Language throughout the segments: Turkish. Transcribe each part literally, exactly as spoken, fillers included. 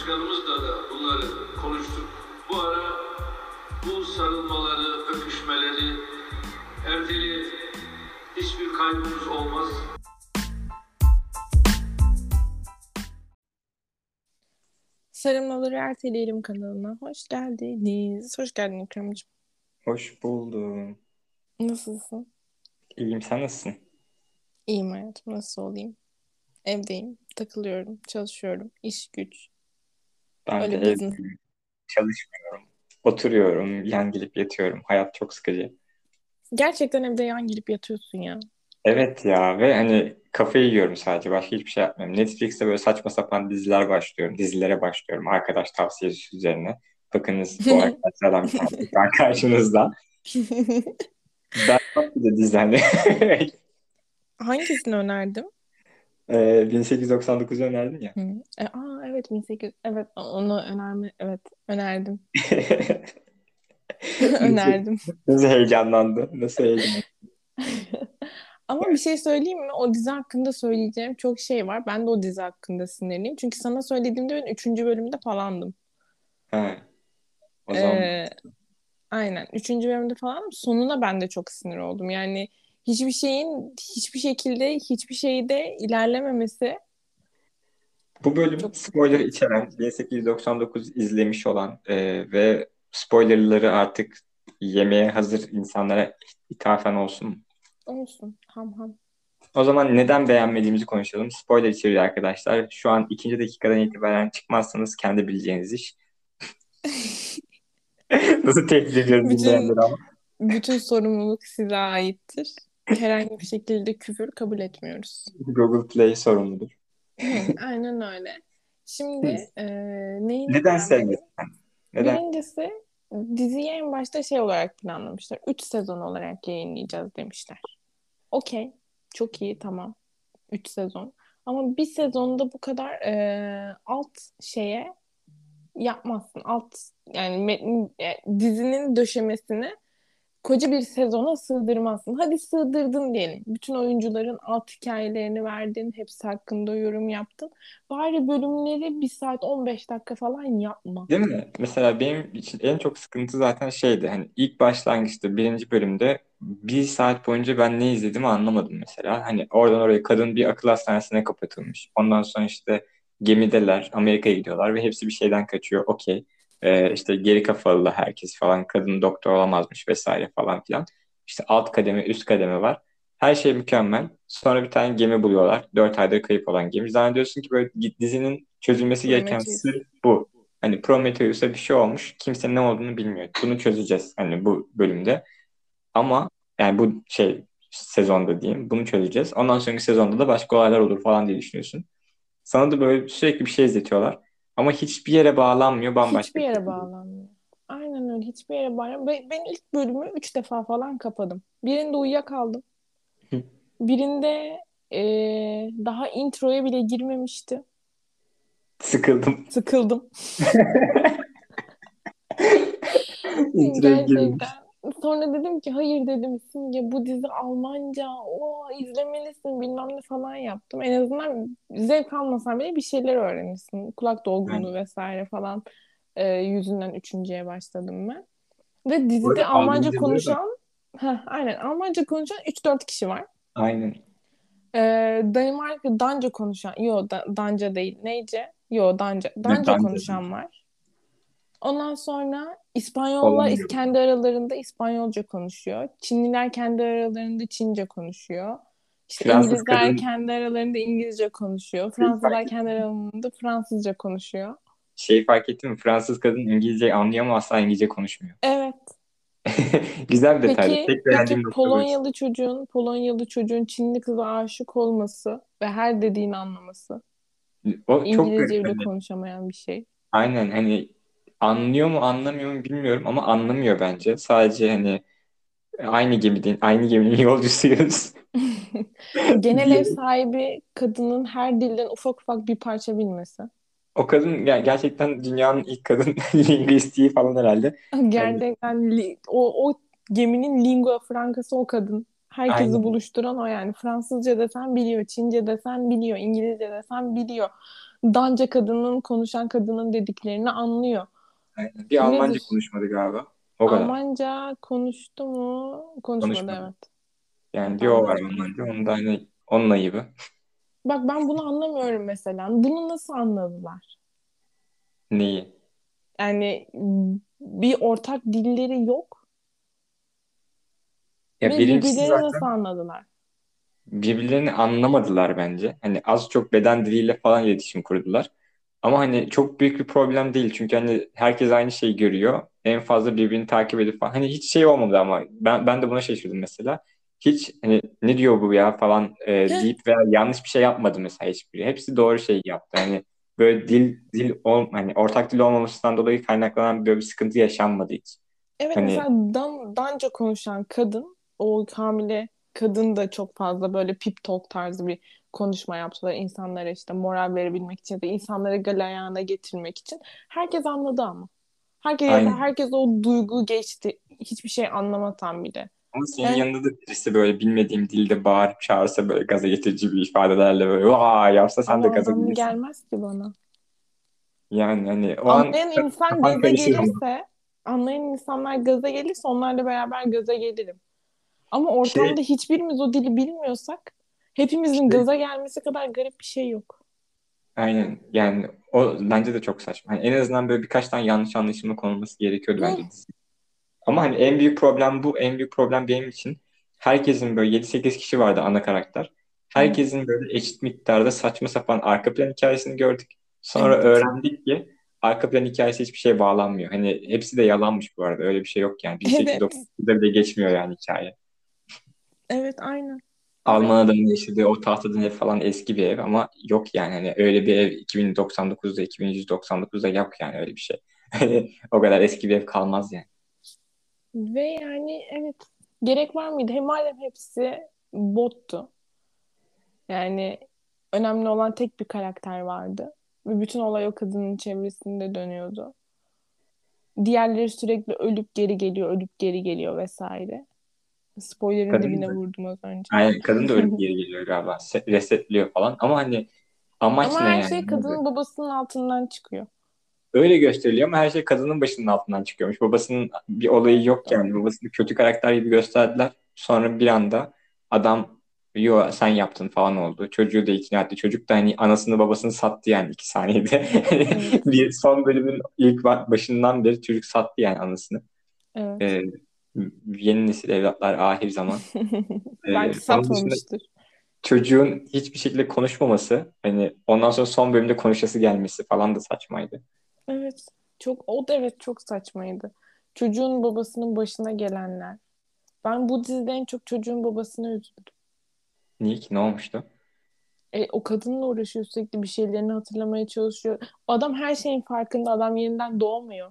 başkanımızla da bunları konuştuk. Bu ara bu sarılmaları, öpüşmeleri erteleyelim. Hiçbir kaybımız olmaz. Sarılmaları Erteleyelim kanalına hoş geldiniz. Hoş geldin İkremciğim. Hoş buldum. Nasılsın? İyiyim, sen nasılsın? İyiyim hayatım. Nasıl olayım? Evdeyim. Takılıyorum. Çalışıyorum. İş güç. Ben Öyle de business. evdeyim, çalışmıyorum. Oturuyorum, yan gelip yatıyorum. Hayat çok sıkıcı. Gerçekten evde yan girip yatıyorsun ya. Evet ya, ve hani kafayı yiyorum sadece. Başka hiçbir şey yapmıyorum. Netflix'te böyle saçma sapan diziler başlıyorum. Dizilere başlıyorum. Arkadaş tavsiyesi üzerine. Bakınız, bu arkadaşlardan bir tanesi şu an karşınızda. Berbat bir de dizi hani. Hangisini önerdim? Ee, bin sekiz yüz doksan dokuzu önerdim ya. Hı. E, aa evet bin sekiz yüz. Evet onu önerme. Evet önerdim. Nasıl, Önerdim. nasıl heyecanlandı? Nasıl heyecanlandı? Ama bir şey söyleyeyim mi? O dizi hakkında söyleyeceğim çok şey var. Ben de o dizi hakkında sinirliyim. Çünkü sana söylediğimde ben üçüncü bölümde falandım. Ha, o zaman Ee, aynen. Üçüncü bölümde falandım. Sonuna ben de çok sinir oldum. Yani hiçbir şeyin hiçbir şekilde hiçbir şeyde ilerlememesi bu bölüm çok spoiler sıkıntı. içeren, bin sekiz yüz doksan dokuz izlemiş olan e, ve spoilerları artık yemeye hazır insanlara ithafen olsun mu? Olsun. Ham ham. O zaman neden beğenmediğimizi konuşalım. Spoiler içeriyor arkadaşlar. Şu an ikinci dakikadan itibaren çıkmazsanız kendi bileceğiniz iş. Nasıl tehdit ediyoruz Bütün dinleyenleri ama. bütün sorumluluk size aittir. Herhangi bir şekilde küfür kabul etmiyoruz. Google Play sorumludur. Hı, aynen öyle. Şimdi Hı. e, neyini Neden beğenmedim? sevmedin? Neden? Birincisi diziyi en başta şey olarak planlamışlar. Üç sezon olarak yayınlayacağız demişler. Okey. Çok iyi tamam. Üç sezon. Ama bir sezonda bu kadar e, alt şeye yapmazsın. Alt yani metnin, e, dizinin döşemesini koca bir sezona sığdırmazsın. Hadi sığdırdın diyelim. Bütün oyuncuların alt hikayelerini verdin. Hepsi hakkında yorum yaptın. Bari bölümleri bir saat on beş dakika falan yapma. Değil mi? Mesela benim için en çok sıkıntı zaten şeydi. Hani ilk başlangıçta birinci bölümde bir saat boyunca ben ne izlediğimi anlamadım mesela. Hani oradan oraya kadın bir akıl hastanesine kapatılmış. Ondan sonra işte gemideler, Amerika'ya gidiyorlar ve hepsi bir şeyden kaçıyor. Okey. Ee, işte geri kafalı herkes falan. Kadın doktor olamazmış vesaire falan filan. İşte alt kademe, üst kademe var. Her şey mükemmel. Sonra bir tane gemi buluyorlar. Dört aydır kayıp olan gemi. Zannediyorsun ki böyle dizinin çözülmesi gereken Prometheus. sır bu. Hani Prometheus'a bir şey olmuş. Kimse ne olduğunu bilmiyor. Bunu çözeceğiz hani bu bölümde. Ama yani bu şey sezonda diyeyim. Bunu çözeceğiz. Ondan sonraki sezonda da başka olaylar olur falan diye düşünüyorsun. Sana da böyle sürekli bir şey izletiyorlar. Ama hiçbir yere bağlanmıyor. Bambaşka Hiçbir bir yere şey. bağlanmıyor. Aynen öyle. Hiçbir yere bağlanmıyor. Ben, ben ilk bölümü üç defa falan kapadım. Birinde uyuyakaldım. Birinde eee, daha introya bile girmemişti. Sıkıldım. Sıkıldım. İntroya Gerçekten. girmemiş. Sonra dedim ki hayır dedim Simge bu dizi Almanca. O izlemelisin bilmem ne falan yaptım. En azından zevk almasan bile bir şeyler öğrenirsin. Kulak Yani, dolgunluğu vesaire falan eee, yüzünden üçüncüye başladım ben. Ve bu arada dizide Almanca Almanca diyor da. konuşan heh, aynen Almanca konuşan üç dört kişi var. Aynen. Ee, Danimarka Danca konuşan yo da, Danca değil neyce? Yo Danca. Evet, Danca Danca. konuşan var. Ondan sonra İspanyollar is- Polonyalı. kendi aralarında İspanyolca konuşuyor. Çinliler kendi aralarında Çince konuşuyor. İşte Fransız İngilizler kadın kendi aralarında İngilizce konuşuyor. şey fark Fransızlar kendi aralarında Fransızca konuşuyor. Şey fark ettin mi? Fransız kadın İngilizce anlıyor ama asla İngilizce konuşmuyor. Evet. Güzel bir detaydı. Peki, Tek peki beğendiğim nokta burası. Polonyalı çocuğun Polonyalı çocuğun Çinli kıza aşık olması ve her dediğini anlaması. O çok garip. İngilizce bile Hani, konuşamayan bir şey. aynen hani anlıyor mu anlamıyor mu bilmiyorum ama anlamıyor bence. Sadece hani aynı geminin aynı geminin yolcusuyuz Genel ev diye. sahibi kadının her dilden ufak ufak bir parça bilmesi. O kadın ger- gerçekten dünyanın ilk kadın lingüistiği falan herhalde. Hani Gerçekten li- o, o geminin lingua francası o kadın. Herkesi Aynen. buluşturan o yani. Fransızca desen biliyor, Çince desen biliyor, İngilizce desen biliyor. Danca kadının, konuşan kadının dediklerini anlıyor. Aynen. Bir Almanca Nedir? konuşmadı galiba. O kadar. Almanca konuştu mu? Konuşmadı, Konuşmadı. evet. Yani Evet, bir o var Almanca Almanca. konuşmadı. Onu da hani onun ayıbı. Bak ben bunu anlamıyorum mesela. Bunu nasıl anladılar? Neyi? Yani bir ortak dilleri yok Ya ve birincisi birbirlerini nasıl zaten anladılar? birbirlerini anlamadılar bence. Hani az çok beden diliyle falan iletişim kurdular. Ama hani çok büyük bir problem değil. Çünkü hani herkes aynı şeyi görüyor. En fazla birbirini takip edip falan. Hani hiç şey olmadı ama ben ben de buna şaşırdım mesela. Hiç hani ne diyor bu ya falan e, deyip veya yanlış bir şey yapmadı mesela hiçbiri. Hepsi doğru şeyi yaptı. Hani böyle dil dil ol, hani ortak dil olmamasından dolayı kaynaklanan böyle bir sıkıntı yaşanmadı hiç. Evet, Hani mesela Dan, Danca konuşan kadın, o hamile kadın da çok fazla böyle pep talk tarzı bir konuşma yaptılar. İnsanlara işte moral verebilmek için de insanları gal ayağına getirmek için. Herkes anladı ama. Herkes, aynı. herkes o duygu geçti. Hiçbir şey anlamatan bile. Ama senin Yani yanında da birisi böyle bilmediğim dilde bağırıp çağırsa böyle gaza getirici bir ifadelerle böyle vaa yapsa sen de ama gaza anlamlı gelirsin. gelmez ki bana. Yani hani o an Anlayan insan kafan gaza karışır ama. gelirse, anlayan insanlar gaza gelirse onlarla beraber gaza gelirim. Ama Şey ortamda hiçbirimiz o dili bilmiyorsak hepimizin şey gaza gelmesi kadar garip bir şey yok. aynen yani o bence de çok saçma. Hani en azından böyle birkaç tane yanlış anlaşılma konulması gerekiyordu Hı, bence dizi. Ama hani en büyük problem bu. En büyük problem benim için herkesin böyle yedi sekiz kişi vardı ana karakter. evet. Herkesin böyle eşit miktarda saçma sapan arka plan hikayesini gördük. Sonra Evet. öğrendik ki arka plan hikayesi hiçbir şeye bağlanmıyor. Hani hepsi de yalanmış bu arada. Öyle bir şey yok yani. Evet. bin sekiz yüz doksan dokuzda bile geçmiyor yani hikaye. Evet, aynen. Alman Ve adamın yaşadığı o tahtadan ev falan eski bir ev ama yok yani. Hani öyle bir ev iki bin doksan dokuzda iki bin yüz doksan dokuzda yok yani öyle bir şey. Hani o kadar eski bir ev kalmaz yani. ve yani evet, gerek var mıydı? Hem madem hepsi bottu. Yani önemli olan tek bir karakter vardı. Ve bütün olay o kadının çevresinde dönüyordu. Diğerleri sürekli ölüp geri geliyor, ölüp geri geliyor vesaire. Spoiler'ın Kadın dibine vurdum az önce. Aynen kadın da ölüp geri geliyor galiba. Se- Resetliyor falan. Ama hani Ama amaç ne her yani? şey kadının babasının altından çıkıyor. Öyle gösteriliyor ama her şey kadının başının altından çıkıyormuş. Babasının bir olayı yok yani. Doğru. Babasını kötü karakter gibi gösterdiler. Sonra bir anda adam yo sen yaptın falan oldu. Çocuğu da ikna etti. Çocuk da hani anasını babasını sattı yani iki saniyede. Evet. Bir son bölümün ilk ba- başından beri çocuk sattı yani anasını. Evet. Ee, Yeni nesil evlatlar ahir zaman. Ee, Belki onun dışında satmamıştır. çocuğun hiçbir şekilde konuşmaması, hani ondan sonra son bölümde konuşası gelmesi falan da saçmaydı. Evet. Çok, o da evet çok saçmaydı. Çocuğun babasının başına gelenler. Ben bu dizide en çok çocuğun babasına üzüldüm. Niye ki? Ne olmuştu? E, o kadınla uğraşıyor, sürekli bir şeylerini hatırlamaya çalışıyor. Adam her şeyin farkında. Adam yeniden doğmuyor.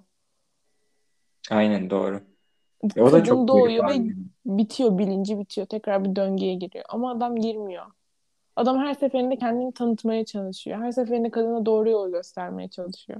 Aynen doğru. Bu E, o da kadın çok garip doğuyor ve abi. bitiyor. Bilinci bitiyor. Tekrar bir döngüye giriyor. Ama adam girmiyor. Adam her seferinde kendini tanıtmaya çalışıyor. Her seferinde kadına doğru yolu göstermeye çalışıyor.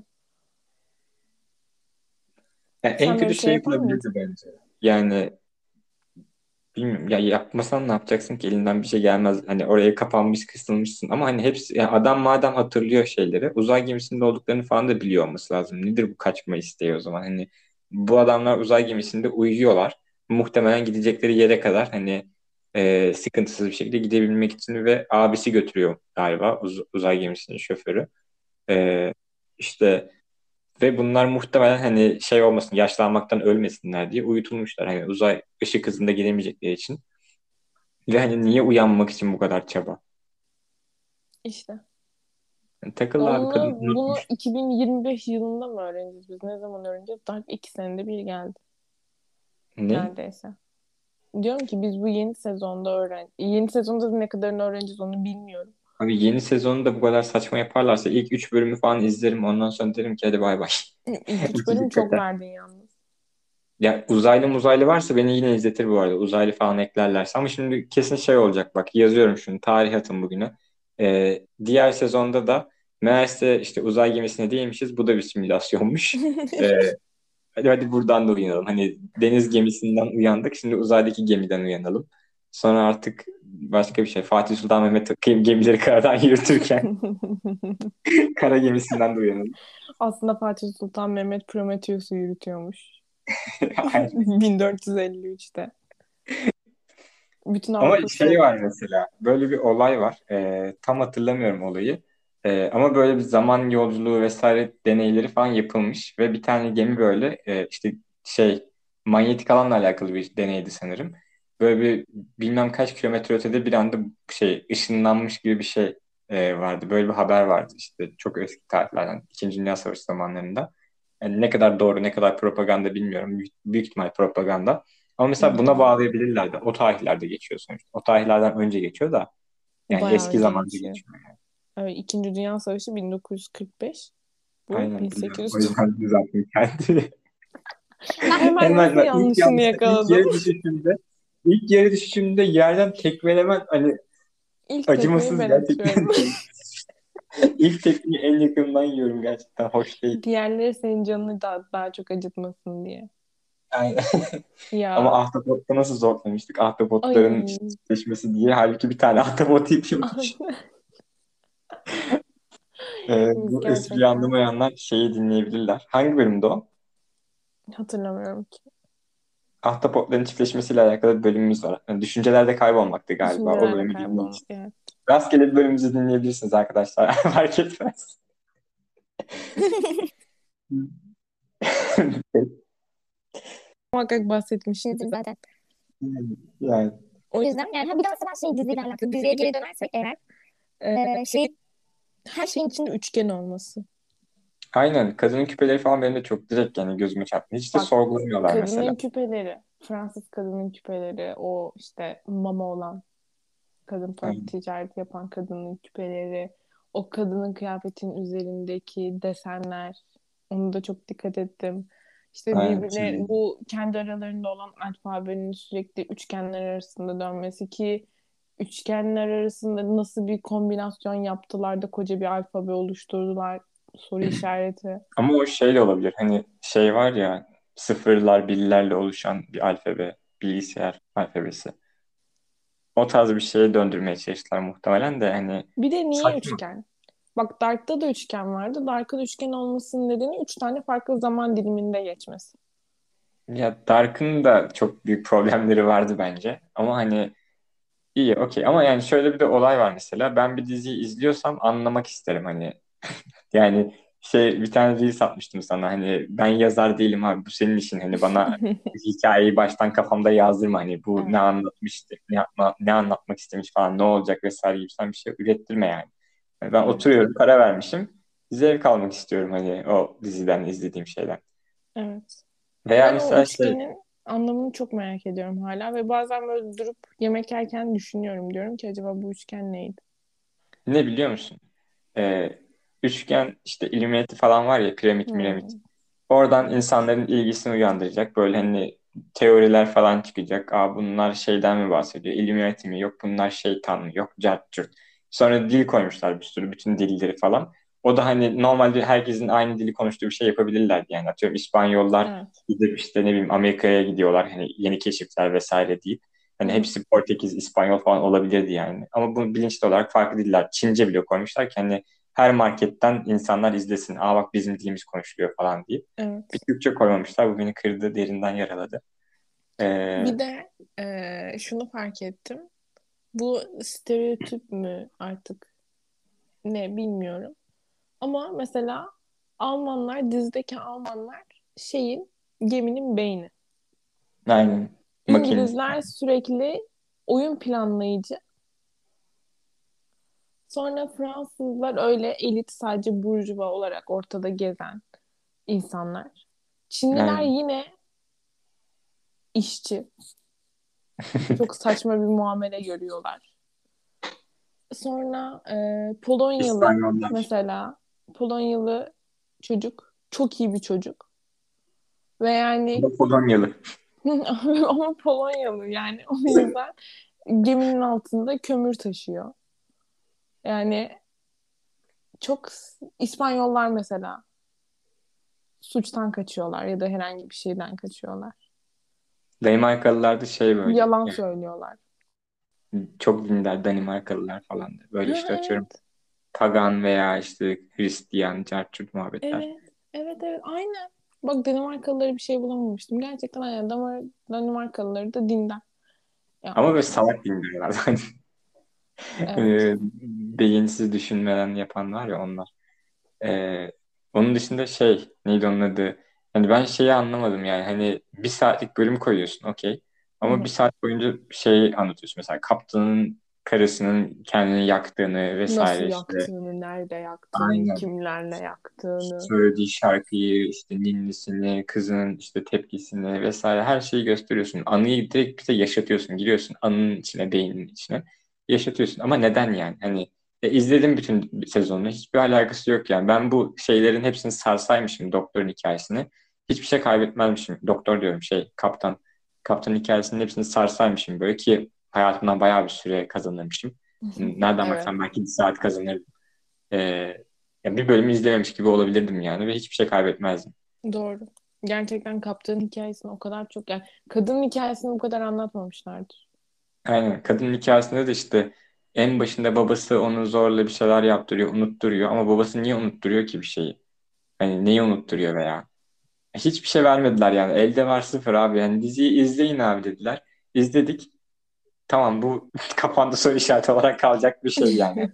Yani en Sen böyle kötü bir şey şey yapar yapılabilirdi mıydın? bence. Yani bilmiyorum ya yapmasan ne yapacaksın ki elinden bir şey gelmez. Hani oraya kapanmış kısılmışsın ama hani hepsi yani adam madem hatırlıyor şeyleri uzay gemisinde olduklarını falan da biliyor olması lazım. Nedir bu kaçma isteği o zaman? Hani bu adamlar uzay gemisinde uyuyorlar. Muhtemelen gidecekleri yere kadar hani e, sıkıntısız bir şekilde gidebilmek için ve abisi götürüyor galiba uz- uzay gemisinin şoförü. E, işte ve bunlar muhtemelen hani şey olmasın yaşlanmaktan ölmesinler diye uyutulmuşlar. Hani uzay ışık hızında gidemeyecekleri için. Ve hani niye uyanmak için bu kadar çaba? İşte. Yani takıl abi kadın Onu, bunu unutmuş. iki bin yirmi beş yılında mı öğreneceğiz biz? Ne zaman öğreneceğiz? Daha iki senede bir geldi Ne? neredeyse. Diyorum ki biz bu yeni sezonda öğren yeni sezonda ne kadarını öğreneceğiz onu bilmiyorum. Abi yeni sezonu da bu kadar saçma yaparlarsa ilk üç bölümü falan izlerim. Ondan sonra derim ki hadi bay bay. İlk üç bölüm Bitecek çok kadar. verdin yalnız. Ya uzaylı muzaylı varsa beni yine izletir bu arada. Uzaylı falan eklerlerse. Ama şimdi kesin şey olacak bak yazıyorum şunu. Tarih atın bugüne. Ee, diğer sezonda da meğerse işte uzay gemisine değilmişiz. Bu da bir simülasyonmuş. Ee, hadi, hadi buradan da uyanalım. Hani deniz gemisinden uyandık. Şimdi uzaydaki gemiden uyanalım. Sonra artık başka bir şey. Fatih Sultan Mehmet gemileri karadan yürütürken kara gemisinden de uyanalım. Aslında Fatih Sultan Mehmet Prometheus'u yürütüyormuş. Aynen. bin dört yüz elli üçte. Bütün Ama Avrupa şey çok... var mesela. Böyle bir olay var. Ee, tam hatırlamıyorum olayı. Ee, ama böyle bir zaman yolculuğu vesaire deneyleri falan yapılmış ve bir tane gemi böyle e, işte şey manyetik alanla alakalı bir deneydi sanırım. Böyle bir bilmem kaç kilometre ötede bir anda şey ışınlanmış gibi bir şey e, vardı. Böyle bir haber vardı işte çok eski tarihlerden İkinci Dünya Savaşı zamanlarında. Yani ne kadar doğru ne kadar propaganda bilmiyorum. Büyük, büyük ihtimal propaganda. Ama mesela buna Muhtemelen. bağlayabilirlerdi. O tarihlerde geçiyor sonuçta. O tarihlerden önce geçiyor da yani Bayağı eski önce zamanda geçiyor. geçiyor. Yani. Evet, İkinci Dünya Savaşı bin dokuz yüz kırk beş. Bu Aynen biliyorum. O bin sekiz yüz. yüzden düzelttim kendimi. Ben hemen Hemen nasıl bak ilk yanlışını yanlışta ilk yakaladım? yere düşüşümde ilk yere düşüşümde yerden tekmelemen hani İlk tekmeyi acımasız ben gerçekten. atıyorum. İlk tekmeyi en yakından yiyorum gerçekten. Hoş değil. Diğerleri senin canını daha, daha çok acıtmasın diye. Aynen. Ama Ya Ahtapot'ta nasıl zorlamıştık? Ahtapotların ay. çiftleşmesi diye. Halbuki bir tane ahtapot itiyormuş. Ee, Biz bu espriyi gerçekten anlamayanlar şeyi dinleyebilirler. Hangi bölümde o? hatırlamıyorum ki. Ahtapotların çiftleşmesiyle alakalı bir bölümümüz var. Yani düşüncelerde kaybolmaktı galiba. O Düşüncelerde bölümü dinlemek kaybolmak. için. Evet. Rastgele bir bölümümüzü dinleyebilirsiniz arkadaşlar. Fark etmez. Muhakkak bahsetmişizdir zaten. Yani O yüzden yani ha bir daha ben şey diziyle alakalı diziye geri dönersek eğer e, şey her şeyin içinde üçgen olması. aynen kadının küpeleri falan benim de çok direkt yani gözüme çarptı. Hiç de Bak sorgulamıyorlar mesela. kadının küpeleri, Fransız kadının küpeleri, o işte mama olan kadın parfüm Aynen. ticareti yapan kadının küpeleri, o kadının kıyafetinin üzerindeki desenler, onu da çok dikkat ettim. İşte Aynen. birbirine bu kendi aralarında olan alfabenin sürekli üçgenler arasında dönmesi ki üçgenler arasında nasıl bir kombinasyon yaptılar da koca bir alfabe oluşturdular soru işareti. Ama o şey de olabilir. Hani şey var ya sıfırlar, birlerle oluşan bir alfabe, bilgisayar alfabesi. O tarz bir şeye döndürmeye çalıştılar muhtemelen de hani Bir de niye saçma. üçgen? Bak Dark'ta da üçgen vardı. Dark'ın üçgen olmasının nedeni üç tane farklı zaman diliminde geçmesi. Ya Dark'ın da çok büyük problemleri vardı bence. Ama hani iyi okey. Ama yani şöyle bir de olay var mesela. Ben bir diziyi izliyorsam anlamak isterim hani. Yani şey bir tane reel satmıştım sana. Hani ben yazar değilim abi bu senin işin. Hani bana hikayeyi baştan kafamda yazdırma. Hani bu ne Evet, anlatmıştı, ne, yapma, ne anlatmak istemiş falan ne olacak vesaire gibi sen bir şey ürettirme yani. Yani ben evet, oturuyorum, para vermişim. Zevk almak istiyorum hani o diziden izlediğim şeyden. evet. Veya Ben o mesela şey üçgenin anlamını çok merak ediyorum hala ve bazen böyle durup yemek yerken düşünüyorum. Diyorum ki acaba bu üçgen neydi? ne biliyor musun? Ee, üçgen işte Illuminati falan var ya piramit miramit. Hmm, Oradan insanların ilgisini uyandıracak. Böyle hani teoriler falan çıkacak. Aa bunlar şeyden mi bahsediyor? Illuminati mi? Yok bunlar şeytan mı? Yok cart curt. Sonra dil koymuşlar bir sürü. Bütün dilleri falan. O da hani normalde herkesin aynı dili konuştuğu bir şey yapabilirlerdi. Yani atıyorum İspanyollar evet. gidip işte ne bileyim Amerika'ya gidiyorlar. Hani yeni keşifler vesaire deyip. Hı Hani hı, hepsi Portekiz, İspanyol falan olabilirdi yani. Ama bunu bilinçli olarak farklı diller. Çince bile koymuşlar ki hani her marketten insanlar izlesin. Aa bak bizim dilimiz konuşuluyor falan diye. Bir evet. Türkçe koymamışlar. Bu beni kırdı, derinden yaraladı. Ee, Bir de eee, şunu fark ettim. Bu stereotip mü artık ne bilmiyorum. Ama mesela Almanlar dizideki Almanlar şeyin geminin beyni. aynen. Makinist. İngilizler sürekli oyun planlayıcı. Sonra Fransızlar öyle elit sadece burjuva olarak ortada gezen insanlar. Çinliler Aynen. yine işçi. Çok saçma bir muamele görüyorlar. Sonra e, Polonyalı İspanyollar. mesela Polonyalı çocuk çok iyi bir çocuk. Ve Bu yani da Polonyalı. ama Polonyalı yani o yüzden geminin altında kömür taşıyor. Yani çok İspanyollar mesela suçtan kaçıyorlar ya da herhangi bir şeyden kaçıyorlar. Danimarkalılar da şey böyle. Yalan Yani söylüyorlar. Çok dindar Danimarkalılar falan da. Böyle Ha, işte atıyorum evet. pagan veya işte Hristiyan, carçurt muhabbetler. Evet. Evet evet aynen. Bak Danimarkalıları bir şey bulamamıştım. Gerçekten aynen Damar- Danimarkalıları da dinden Ama böyle yapmışlar. salak dindarlar. Hani Evet. e, beyinsiz düşünmeden yapan var ya onlar. E, Onun dışında şey neydi onun adı? Hani ben şeyi anlamadım yani hani bir saatlik bölüm koyuyorsun okey. Hı Ama bir hı. saat boyunca şey anlatıyorsun. Mesela kaptanın karısının kendini yaktığını Nasıl vesaire işte. yaktığını, nerede yaktığını, Aynen. kimlerle yaktığını. Söylediği şarkıyı, işte ninnisini, kızının işte tepkisini vesaire her şeyi gösteriyorsun. Anıyı direkt bize yaşatıyorsun. Giriyorsun anının içine, beynin içine. Yaşatıyorsun. Ama neden yani? Hani e, izledim bütün sezonunu. Hiçbir alakası yok yani. Ben bu şeylerin hepsini sarsaymışım doktorun hikayesini. Hiçbir şey kaybetmezmişim. Doktor diyorum şey kaptan. Kaptanın hikayesinin hepsini sarsaymışım böyle ki hayatımdan bayağı bir süre kazanırmışım. Nereden Evet. baksan belki bir saat kazanırdım. Ee, Ya bir bölümü izlememiş gibi olabilirdim yani ve hiçbir şey kaybetmezdim. Doğru. Gerçekten kaptanın hikayesini o kadar çok yani kadının hikayesini bu kadar anlatmamışlardır. Aynen. Kadının hikayesinde de işte en başında babası onu zorla bir şeyler yaptırıyor, unutturuyor ama babası niye unutturuyor ki bir şeyi? Hani neyi unutturuyor veya? Hiçbir şey vermediler yani. Elde var sıfır abi. Yani diziyi izleyin abi dediler. İzledik. Tamam bu kafanda soru işareti olarak kalacak bir şey yani.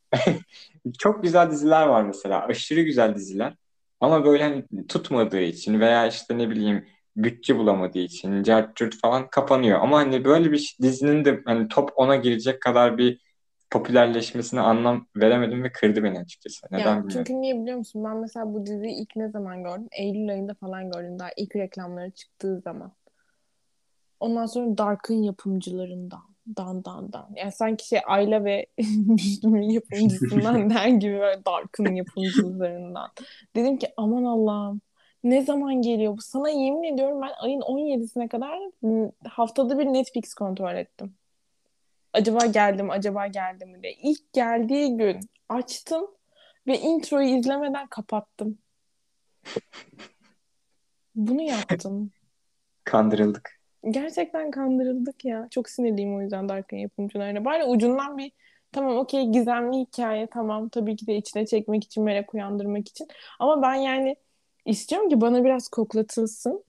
Çok güzel diziler var mesela. Aşırı güzel diziler. Ama böyle hani tutmadığı için veya işte ne bileyim bütçe bulamadığı için cart curt falan kapanıyor. Ama hani böyle bir dizinin de hani top ona girecek kadar bir popülerleşmesine anlam veremedim ve kırdı beni açıkçası. Ya Neden bilmiyorum. çünkü niye biliyor musun? Ben mesela bu diziyi ilk ne zaman gördüm? Eylül ayında falan gördüm. Daha ilk reklamları çıktığı zaman. Ondan sonra Dark'ın yapımcılarından. Dan dan dan. Yani sanki şey Ayla ve Müslüm'ün yapımcısından der gibi böyle Dark'ın yapımcılarından. Dedim ki aman Allah'ım ne zaman geliyor bu? Sana yemin ediyorum ben ayın on yedisine kadar m, haftada bir Netflix kontrol ettim. Acaba geldim, acaba geldi mi diye. İlk geldiği gün açtım ve introyu izlemeden kapattım. Bunu yaptım. Kandırıldık. Gerçekten kandırıldık ya. Çok sinirliyim o yüzden Dark'ın yapımcılarına. Bari ucundan bir tamam okey gizemli hikaye tamam tabii ki de içine çekmek için merak uyandırmak için. Ama ben yani istiyorum ki bana biraz koklatılsın.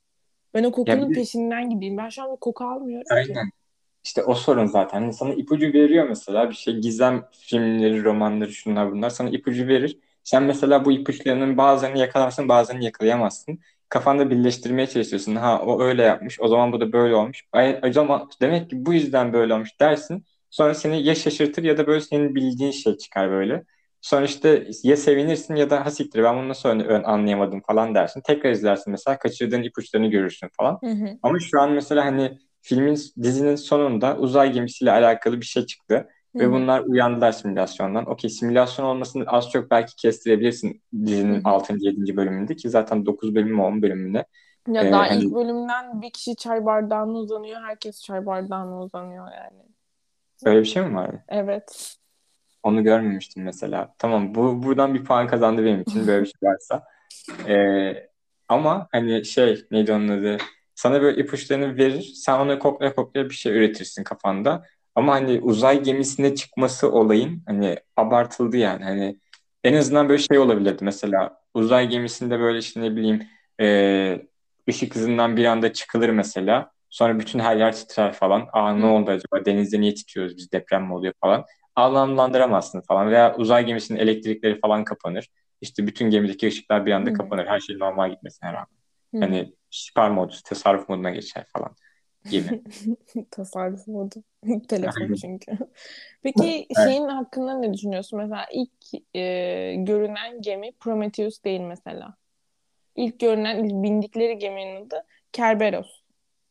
Ben o Ya kokunun bir de peşinden gideyim. Ben şu an bir koku almıyorum ki. aynen. İşte o sorun zaten. Hani sana ipucu veriyor mesela bir şey gizem filmleri, romanları, şunlar bunlar sana ipucu verir. Sen mesela bu ipuçlarının bazılarını yakalarsın, bazılarını yakalayamazsın. Kafanda birleştirmeye çalışıyorsun. Ha o öyle yapmış, o zaman bu da böyle olmuş. Ay, o zaman demek ki bu yüzden böyle olmuş dersin. Sonra seni ya şaşırtır ya da böyle senin bildiğin şey çıkar böyle. Sonra işte ya sevinirsin ya da ha siktir ben bunu nasıl ön- ön- anlayamadım falan dersin. Tekrar izlersin mesela kaçırdığın ipuçlarını görürsün falan. Hı hı. Ama şu an mesela hani filmin dizinin sonunda uzay gemisiyle alakalı bir şey çıktı. Hı Ve hı. bunlar uyandılar simülasyondan. Okey simülasyon olmasını az çok belki kestirebilirsin Hı dizinin hı. altıncı yedinci bölümünde ki zaten dokuz bölüm mü on bölümünde. Ya Ee, daha ilk hani bölümden bir kişi çay bardağına uzanıyor. Herkes çay bardağına uzanıyor yani. öyle bir şey mi vardı? Evet. Onu görmemiştim mesela. Tamam bu buradan bir puan kazandı benim için böyle bir şey varsa. Ee, Ama hani şey neydi onun adı? Sana böyle ipuçlarını verir. Sen onu koklaya koklaya bir şey üretirsin kafanda. Ama hani uzay gemisine çıkması olayın hani abartıldı yani. Hani en azından böyle şey olabilirdi. Mesela uzay gemisinde böyle işte ne bileyim e, ışık hızından bir anda çıkılır mesela. Sonra bütün her yer titrer falan. Aa ne Hı. oldu acaba? Denizde niye titriyoruz biz? Deprem mi oluyor falan. Anlamlandıramazsın falan. Veya uzay gemisinin elektrikleri falan kapanır. İşte bütün gemideki ışıklar bir Hı anda hı. kapanır. Her şey normal gitmesine rağmen. Hı hı. Hani süper mod, tasarruf moduna geçer falan gibi. Tasarruf modu. Telefon Aynen. çünkü. Peki Evet. şeyin hakkında ne düşünüyorsun? Mesela ilk e, görünen gemi Prometheus değil mesela. İlk görünen, ilk bindikleri geminin adı Kerberos.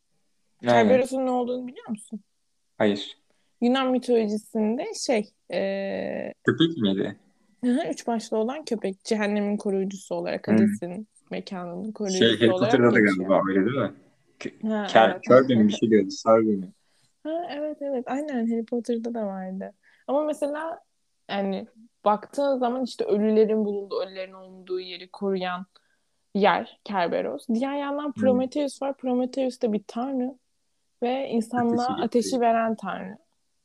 Aynen. Kerberos'un ne olduğunu biliyor musun? Hayır. Yunan mitolojisinde şey, e, Köpek miydi? üç başlı olan köpek, cehennemin koruyucusu olarak, Hmm. Hades'in mekanının Şey koruyucusu Harry olarak Potter'da da geçiyor. galiba öyle değil mi? K- Ha Ker, evet. kör bir şey diyordu. Sar mi? Ha, evet evet aynen Harry Potter'da da vardı. Ama mesela yani baktığın zaman işte ölülerin bulunduğu, ölülerin olmadığı yeri koruyan yer Kerberos. Diğer yandan Hmm. Prometheus var. Prometheus da bir tanrı ve Ateşi insanlığa ateşi getiriyor. veren tanrı.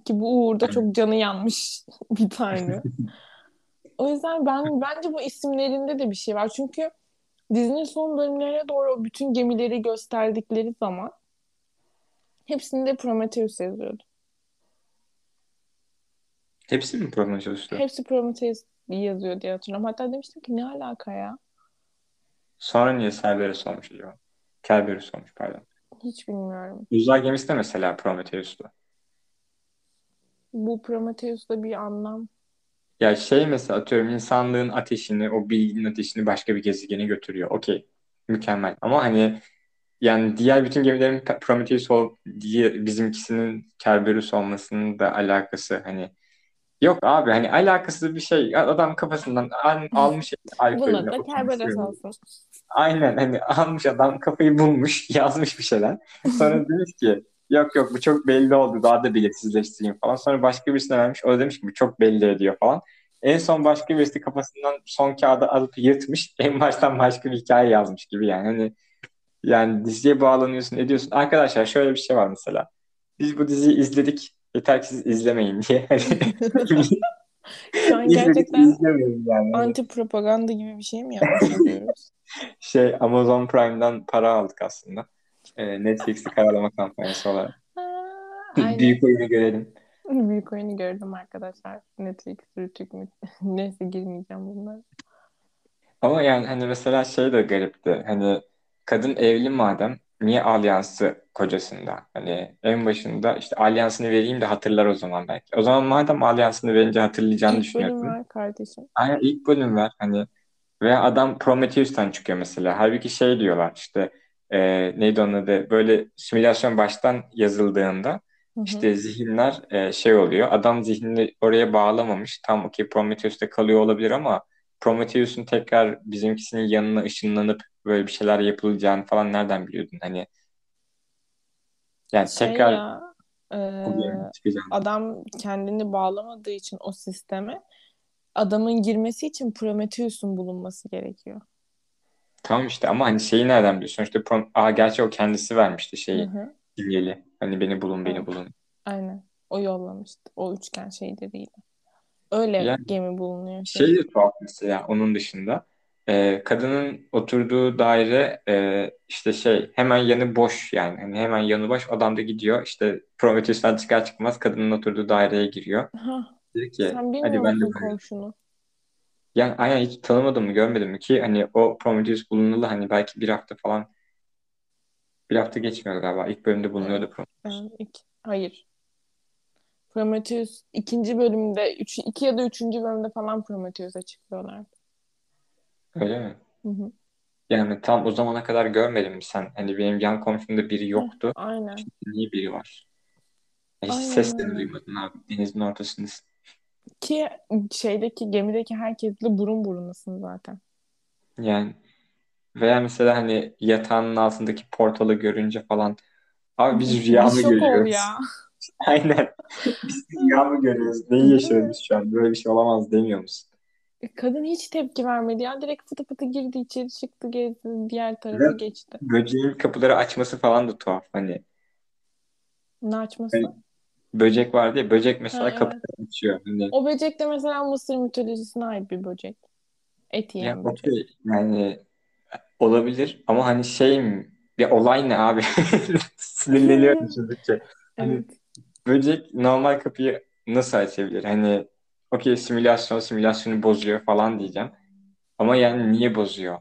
ki bu uğurda çok canı yanmış bir tanrı. O yüzden ben bence bu isimlerinde de bir şey var. Çünkü dizinin son bölümlerine doğru o bütün gemileri gösterdikleri zaman hepsinde Prometheus yazıyordu. Hepsi mi Prometheus'tu? Hepsi Prometheus yazıyor diye hatırlıyorum. Hatta demiştim ki ne alaka ya? Sonra niye Cerberus olmuş acaba? Kerberus olmuş pardon. Hiç bilmiyorum. Uzay gemisi de mesela Prometheus'tu. Bu Prometheus'ta bir anlam. Ya şey mesela atıyorum insanlığın ateşini, o bilginin ateşini başka bir gezegene götürüyor. Okey. Mükemmel. Ama hani yani diğer bütün gemilerin Pe- Prometheus ol diye bizimkisinin Kerberus olmasının da alakası hani yok abi hani alakasız bir şey. Adam kafasından al- almış alkolünü Buna da oturmuş. Kerberos olsun. Aynen hani almış adam kafayı bulmuş yazmış bir şeyler. Sonra demiş ki yok yok bu çok belli oldu daha da belirsizleştireyim falan. Sonra başka birisine vermiş o da demiş ki bu çok belli ediyor falan. En son başka birisi kafasından son kağıdı alıp yırtmış. En baştan başka bir hikaye yazmış gibi yani. Hani yani diziye bağlanıyorsun ediyorsun. Arkadaşlar şöyle bir şey var mesela. Biz bu diziyi izledik. Yeter ki siz izlemeyin diye. Hani Şu an izledik gerçekten izlemeyin yani. Hani anti propaganda gibi bir şey mi yapmış oluyoruz? şey Amazon Prime'dan para aldık aslında. Ee, Netflix'i karalama kampanyası olarak. Aa, aynen. Büyük oyunu görelim. Büyük oyunu gördüm arkadaşlar. Netflix, Rütük mü? Neyse girmeyeceğim bunlara. Ama yani hani mesela şey de garipti. Hani kadın evli madem niye alyansı kocasında? Hani en başında işte alyansını vereyim de hatırlar o zaman belki. O zaman madem alyansını verince hatırlayacağını İlk bölüm düşünüyorsun. var kardeşim. Aynen ilk bölüm ver hani ve adam Prometheus'tan çıkıyor mesela. Halbuki şey diyorlar işte e, neydi onun adı böyle simülasyon baştan yazıldığında Hı hı. işte zihinler e, şey oluyor. Adam zihnini oraya bağlamamış. Tam okey Prometheus'ta kalıyor olabilir ama Prometheus'un tekrar bizimkisinin yanına ışınlanıp böyle bir şeyler yapılacağını falan nereden biliyordun? Hani yani Şey tekrar ya bu geminin e, çıkacağını. adam kendini bağlamadığı için o sisteme adamın girmesi için Prometheus'un bulunması gerekiyor. Tamam işte ama hani şeyi nereden biliyorsun? Sonuçta Prom Aa, gerçi o kendisi vermişti Hı şeyi. hı. Sinyali. Hani beni bulun beni Evet. bulun. Aynen. O yollamıştı. O üçgen şeyleriyle. Öyle Yani gemi bulunuyor şey şey. de tuhaf mesela onun dışında. Ee, kadının oturduğu daire e, işte şey hemen yanı boş yani. Hani hemen yanı boş. Adam da gidiyor işte Prometheus'tan çıkar çıkmaz kadının oturduğu daireye giriyor. Ha, Dedi ki sen hadi bilmiyor ben de musun böyle. komşunu? Yani aynen hiç tanımadım mı görmedim mi ki hani o Prometheus bulunalı hani belki bir hafta falan bir hafta geçmiyor galiba. İlk bölümde Evet. bulunuyordu Prometheus. Evet. İki. Hayır. Prometheus ikinci bölümde, üç, iki ya da üçüncü bölümde falan Prometheus'a çıkıyorlar. Öyle mi? Hı hı. Yani tam o zamana kadar görmedim mi sen? Hani benim yan komşumda biri Heh, yoktu. aynen. Şimdi niye biri var? Hiç Aynen ses de öyle. duymadın abi. Denizin ortasındasın. Ki şeydeki gemideki herkesle burun burunasın zaten. Yani veya mesela hani yatağının altındaki portalı görünce falan abi biz rüya Bir mı şok ol görüyoruz? ya. Aynen. Biz rüya mı görüyoruz? Neyi Değil yaşıyoruz mi? biz şu an? Böyle bir şey olamaz demiyor musun? Kadın hiç tepki vermedi ya. Direkt fıtı fıtı girdi içeri çıktı gezdi. Diğer Ve tarafa geçti. böceğin kapıları açması falan da tuhaf. Hani, Ne hani açması? böcek var diye böcek Ha mesela evet. kapıları açıyor. Hani O böcek de mesela Mısır mitolojisine ait bir böcek. Et ya yiyen böcek. okey yani olabilir ama hani şey mi? Ya olay ne abi? Sinirleniyorum düşündükçe. Hani Evet. böcek normal kapıyı nasıl açabilir? Hani okey simülasyon simülasyonu bozuyor falan diyeceğim. Ama yani niye bozuyor?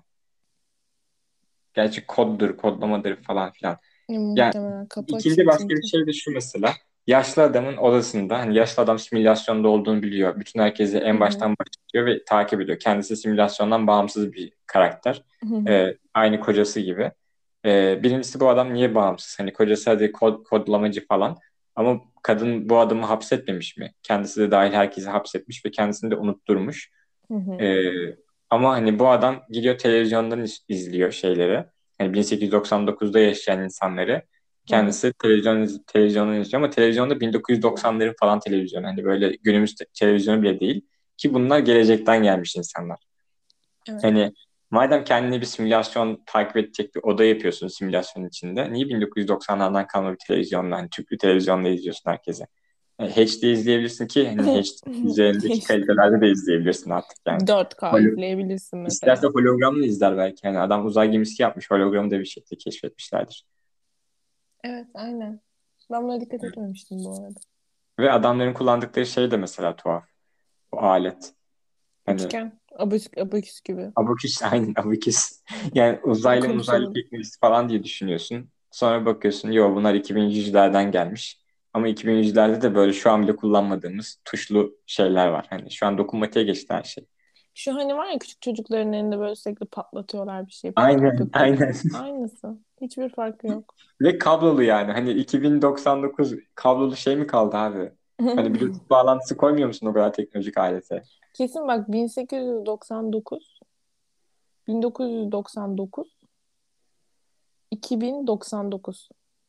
Gerçi koddur, kodlamadır falan filan. Ya, Yani muhtemelen kapı ikinci açıyor başka bir çünkü. şey de şu mesela. Yaşlı adamın odasında hani yaşlı adam simülasyonda olduğunu biliyor. Bütün herkesi Hı en hı. baştan başlatıyor ve takip ediyor. Kendisi simülasyondan bağımsız bir karakter. Hı hı. Ee, aynı kocası gibi. Ee, birincisi bu adam niye bağımsız? Hani kocası hadi kod, kodlamacı falan. Ama kadın bu adamı hapsetmemiş mi? Kendisi de dahil herkesi hapsetmiş ve kendisini de unutturmuş. Hı hı. Ee, ama hani bu adam gidiyor televizyondan iz- izliyor şeyleri. Hani bin sekiz yüz doksan dokuzda yaşayan insanları. Hı hı. Kendisi televizyon iz- televizyondan izliyor ama televizyonda bin dokuz yüz doksanların falan televizyon. Hani böyle günümüz te- televizyonu bile değil. Ki bunlar gelecekten gelmiş insanlar. Evet. Hani madem kendine bir simülasyon takip edecek bir oda yapıyorsun simülasyonun içinde. Niye bin dokuz yüz doksanlardan kalma bir televizyonla, hani tüplü televizyonla izliyorsun herkese? Yani H D izleyebilirsin ki hani H D üzerindeki kalitelerde de izleyebilirsin artık yani. dört K Holo- izleyebilirsin mesela. İsterse hologramla izler belki. Yani adam uzay gemisi yapmış. Hologramı da bir şekilde keşfetmişlerdir. Evet, aynen. Ben buna dikkat etmemiştim bu arada. Ve adamların kullandıkları şey de mesela tuhaf. O alet. Hani Üçgen. Abaküs, abaküs gibi. abaküs aynen abaküs. Yani Ay, uzaylı uzaylı konuşamadım. teknolojisi falan diye düşünüyorsun. Sonra bakıyorsun yo bunlar iki bin yüzlerden gelmiş. Ama iki bin yüzlerde de böyle şu an bile kullanmadığımız tuşlu şeyler var. Hani şu an dokunmatiğe geçti her şey. Şu hani var ya, küçük çocukların elinde böyle sürekli patlatıyorlar bir şey. Pıp pıp Aynen pıp pıp. aynen. Aynısı. Hiçbir farkı yok. Ve kablolu yani. Hani iki bin doksan dokuz kablolu şey mi kaldı abi? Hani Bluetooth bağlantısı koymuyor musun o kadar teknolojik alete? Kesin bak, bin sekiz yüz doksan dokuz, bin dokuz yüz doksan dokuz, iki bin doksan dokuz.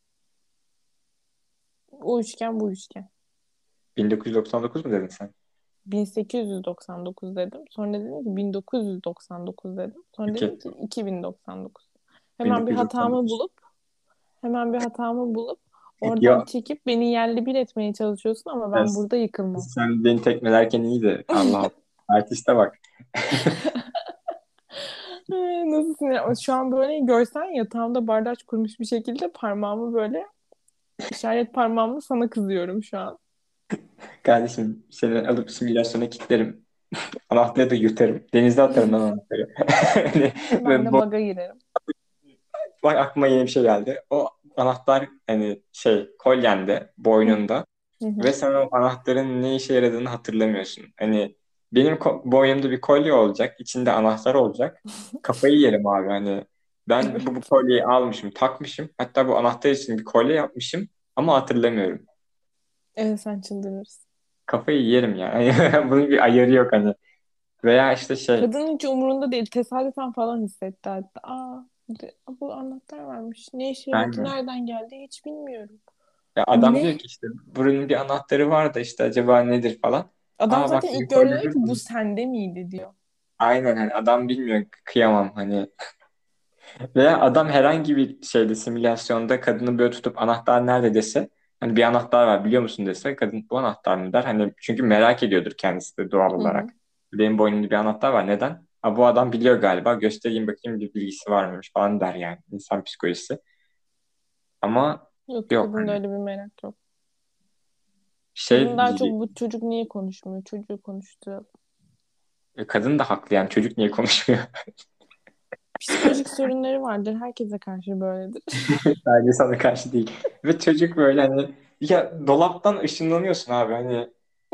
O üçgen bu üçgen. bin dokuz yüz doksan dokuz mu dedin sen? bin sekiz yüz doksan dokuz dedim. Sonra dedim ki bin dokuz yüz doksan dokuz dedim. Sonra dedim İki. ki iki bin doksan dokuz. Hemen bir hatamı bin dokuz yüz doksan dokuz. bulup hemen bir hatamı bulup oradan Ya çekip beni yerli bir etmeye çalışıyorsun ama ben sen, burada yıkılmam. sen beni tekmelerken iyiydi. Allah Allah. Artiste bak. Ay, nasıl sinir? Şu an böyle görsen yatağımda bardaç kurmuş bir şekilde parmağımı böyle işaret parmağımla sana kızıyorum şu an. Kardeşim seni alıp simülasyona kilitlerim. Anahtarı da yırtarım. Denize atarım lan anahtarı. Hani, Ben ve de bu, baga girerim. bak aklıma yeni bir şey geldi. O anahtar hani şey kolyende, Hı boynunda. hı. Hı. Ve sen o anahtarın ne işe yaradığını hatırlamıyorsun. Hani benim ko- boynumda bir kolye olacak, içinde anahtar olacak. Kafayı yerim abi hani. Ben bu, bu kolyeyi almışım, takmışım. Hatta bu anahtar için bir kolye yapmışım ama hatırlamıyorum. Evet, sen çıldırırsın. Kafayı yerim yani. Bunun bir ayarı yok hani. Veya işte şey, Kadının hiç umurunda değil. Tesadüfen falan hissetti hatta. Aa, de- bu anahtar varmış. Ne işe yaradı, ben nereden geldi hiç bilmiyorum. ya adam Ne? diyor ki işte buranın bir anahtarı var da işte acaba nedir falan. Adam Aa bak zaten senin ilk gördüğünde diyor kolyenin ki bu sende miydi diyor. aynen hani adam bilmiyor kıyamam hani. Veya adam herhangi bir şeyde simülasyonda kadını böyle tutup anahtar nerede dese hani bir anahtar var biliyor musun dese kadın bu anahtar mı der. Hani çünkü merak ediyordur kendisi de doğal Hı hı. olarak. Benim boynumda bir anahtar var neden? Ha, bu adam biliyor galiba göstereyim bakayım bir bilgisi var mıymış falan der yani insan psikolojisi. Ama Yok, yok kadında hani öyle bir merak yok. Kadın şey daha çok diyecek. bu çocuk niye konuşmuyor? Çocuğu konuşturalım. E, kadın da haklı yani çocuk niye konuşmuyor? Psikolojik sorunları vardır. Herkese karşı böyledir. Sadece sana karşı değil. Ve çocuk böyle hani ya dolaptan ışınlanıyorsun abi hani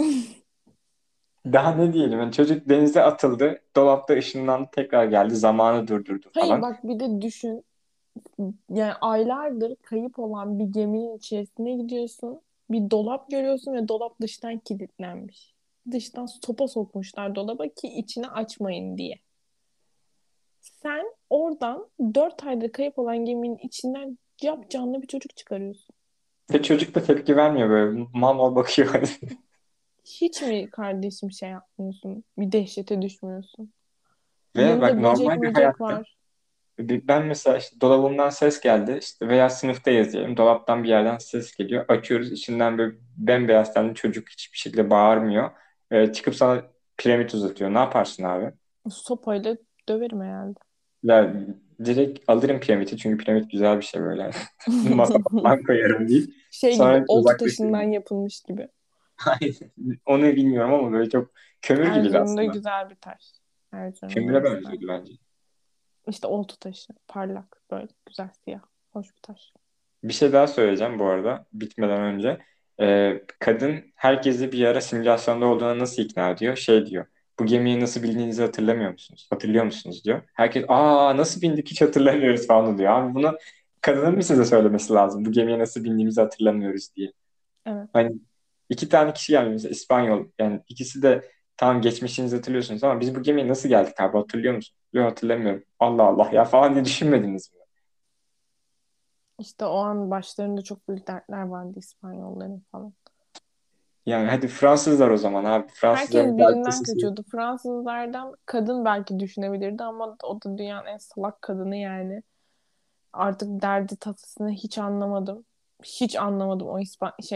daha ne diyelim yani çocuk denize atıldı dolapta ışınlandı tekrar geldi zamanı durdurdu Hayır falan. bak, bir de düşün. Yani aylardır kayıp olan bir geminin içerisine gidiyorsun. Bir dolap görüyorsun ve dolap dıştan kilitlenmiş. Dıştan sopa sokmuşlar dolaba ki içini açmayın diye. Sen oradan dört aydır kayıp olan geminin içinden cap canlı bir çocuk çıkarıyorsun. Ve çocuk da tepki vermiyor böyle mal mal bakıyor hani. Hiç mi kardeşim şey yapmıyorsun? Bir dehşete düşmüyorsun. Ve bak Yanında böcek normal bir möcek hayatta var. ben mesela işte dolabımdan ses geldi işte veya sınıftayız diyelim dolaptan bir yerden ses geliyor açıyoruz içinden böyle bembeyaz tenli çocuk hiçbir şekilde bağırmıyor. Ee, çıkıp sana piramit uzatıyor ne yaparsın abi? Sopayla döverim herhalde. Ya direkt alırım piramidi çünkü piramit güzel bir şey böyle. Masa falan koyarım deyip Şey gibi, sonra oltu taşından uzaklaşırım. yapılmış gibi. Hayır, onu bilmiyorum ama böyle çok kömür gibiydi Erzurum'da aslında. güzel bir taş. Erzurum'un Kömüre orası. benziyordu bence. İşte oltu taşı. Parlak, böyle güzel siyah. Hoş bir taş. Bir şey daha söyleyeceğim bu arada bitmeden önce. Ee, kadın herkesi bir ara simülasyonda olduğuna nasıl ikna ediyor? Şey diyor. Bu gemiyi nasıl bindiğinizi hatırlamıyor musunuz? Hatırlıyor musunuz diyor. Herkes aa nasıl bindik hiç hatırlamıyoruz falan diyor. Abi bunu kadının mı size söylemesi lazım? Bu gemiye nasıl bindiğimizi hatırlamıyoruz diye. Evet. Hani iki tane kişi gelmiş mesela İspanyol. Yani ikisi de tamam geçmişinizi hatırlıyorsunuz ama biz bu gemiye nasıl geldik abi hatırlıyor musun? Yok hatırlamıyorum. Allah Allah ya falan diye düşünmediniz mi? İşte o an başlarında çok büyük dertler vardı İspanyolların falan. Yani hadi Fransızlar o zaman abi. Herkes Fransızların birinden gazetesi. kaçıyordu. Fransızlardan kadın belki düşünebilirdi ama o da dünyanın en salak kadını yani. Artık derdi tasasını hiç anlamadım. Hiç anlamadım o İspan şey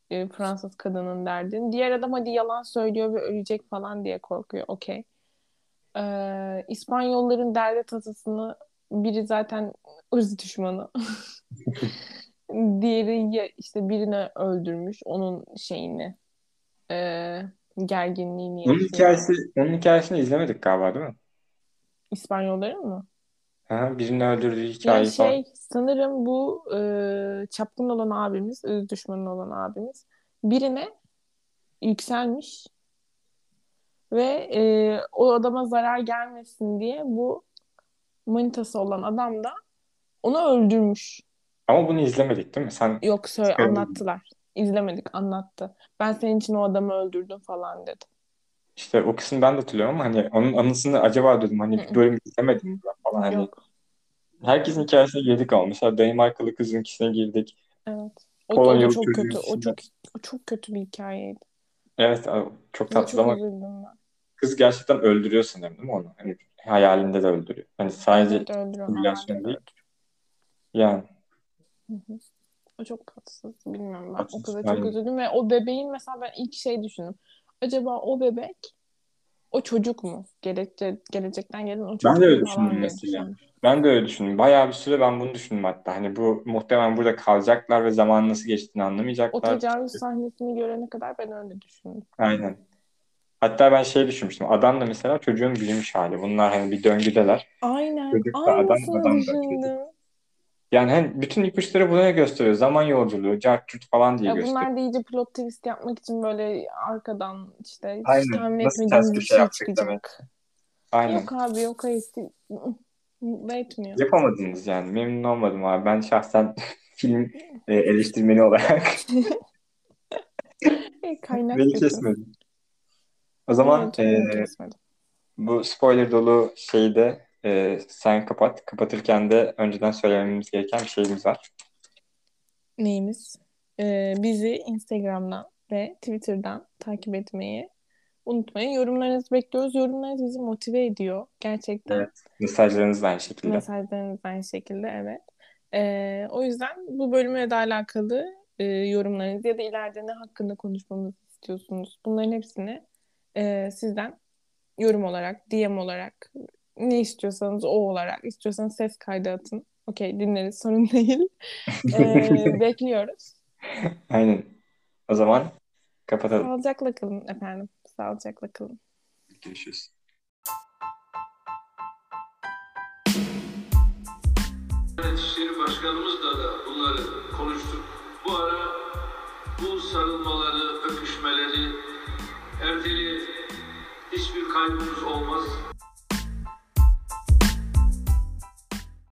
e, Fransız kadının derdini. Diğer adam hadi yalan söylüyor ve ölecek falan diye korkuyor. Okey. Ee, İspanyolların derdi tasasını biri zaten ırz düşmanı. Diğeri ya işte birini öldürmüş. Onun şeyini e, gerginliğini Onun yaşıyor. hikayesi, onun hikayesini izlemedik galiba değil mi? İspanyolların mı? Ha, birini öldürdüğü Ya hikayeyi falan. şey sanırım bu e, çapkın olan abimiz, ırz düşmanı olan abimiz birine yükselmiş ve e, o adama zarar gelmesin diye bu manitası olan adam da onu öldürmüş. Ama bunu izlemedik değil mi? Sen Yok söyle çıkarımı- anlattılar. İzlemedik anlattı. Ben senin için o adamı öldürdüm falan dedi. işte o kısmı ben de hatırlıyorum ama hani onun anısını acaba dedim hani Hı bir hı. bölüm izlemedim mi ben falan hani Yok. herkesin hikayesine girdik ama mesela Danimarkalı kızınkisine girdik. Evet. O, o da Polonyalı çok kötü. O çocuğunkisine. çok o çok kötü bir hikayeydi. Evet abi, çok Ona tatlı çok ama üzüldüm ben. kız gerçekten öldürüyor sanırım değil mi onu? Hani hayalinde de öldürüyor. Hani Evet sadece evet öldürüyor. Normalde simülasyon de değil. öldürüyor. Yani Hı hı. O çok tatsız. Bilmiyorum ben. O tatsız. kıza çok Aynen. üzüldüm ve o bebeğin mesela ben ilk şey düşündüm. Acaba o bebek o çocuk mu? Gelecek, gelecekten gelen o Ben de çocuk mu öyle düşündüm falan diye mesela. düşündüm. Ben de öyle düşündüm. Bayağı bir süre ben bunu düşündüm hatta. Hani bu muhtemelen burada kalacaklar ve zaman nasıl geçtiğini O anlamayacaklar. tecavüz sahnesini görene kadar ben öyle düşündüm. Aynen. Hatta ben şey düşünmüştüm. Adam da mesela çocuğun büyümüş hali. Bunlar hani bir döngüdeler. Aynen. Çocuk da adam, Aynısını adam da çocuk. düşündüm. Yani hani bütün ipuçları buna gösteriyor. Zaman yolculuğu, cart curt falan diye Ya gösteriyor. bunlar da iyice plot twist yapmak için böyle arkadan işte hiç Aynen. tahmin Nasıl ters etmediğimiz bir köşe şey yapacaklar mesela. çıkacak. Aynen. Yok abi yok hayır. Mutlu etmiyor. Yapamadınız yani. Memnun olmadım abi. Ben şahsen film e, eleştirmeni olarak Kaynak beni götü. kesmedi. O zaman Evet e, beni kesmedi. bu spoiler dolu şeyi de e, sen kapat. Kapatırken de önceden söylememiz gereken bir şeyimiz var. Neyimiz? Ee, bizi Instagram'dan ve Twitter'dan takip etmeyi unutmayın. Yorumlarınızı bekliyoruz. Yorumlarınız bizi motive ediyor. Gerçekten. Evet. Mesajlarınız da aynı şekilde. Mesajlarınız da aynı şekilde evet. Ee, o yüzden bu bölümle de alakalı e, yorumlarınız ya da ileride ne hakkında konuşmamızı istiyorsunuz. Bunların hepsini e, sizden yorum olarak, D M olarak ne istiyorsanız o olarak istiyorsanız ses kaydı atın. Okey dinleriz sorun değil. Ee, bekliyoruz. Aynen. O zaman kapatalım. Sağlıcakla kalın efendim. Sağlıcakla kalın. Görüşürüz. İçişleri Başkanımızla da bunları konuştuk. Bu ara bu sarılmaları, öpüşmeleri, erteli hiçbir kaybımız olmaz.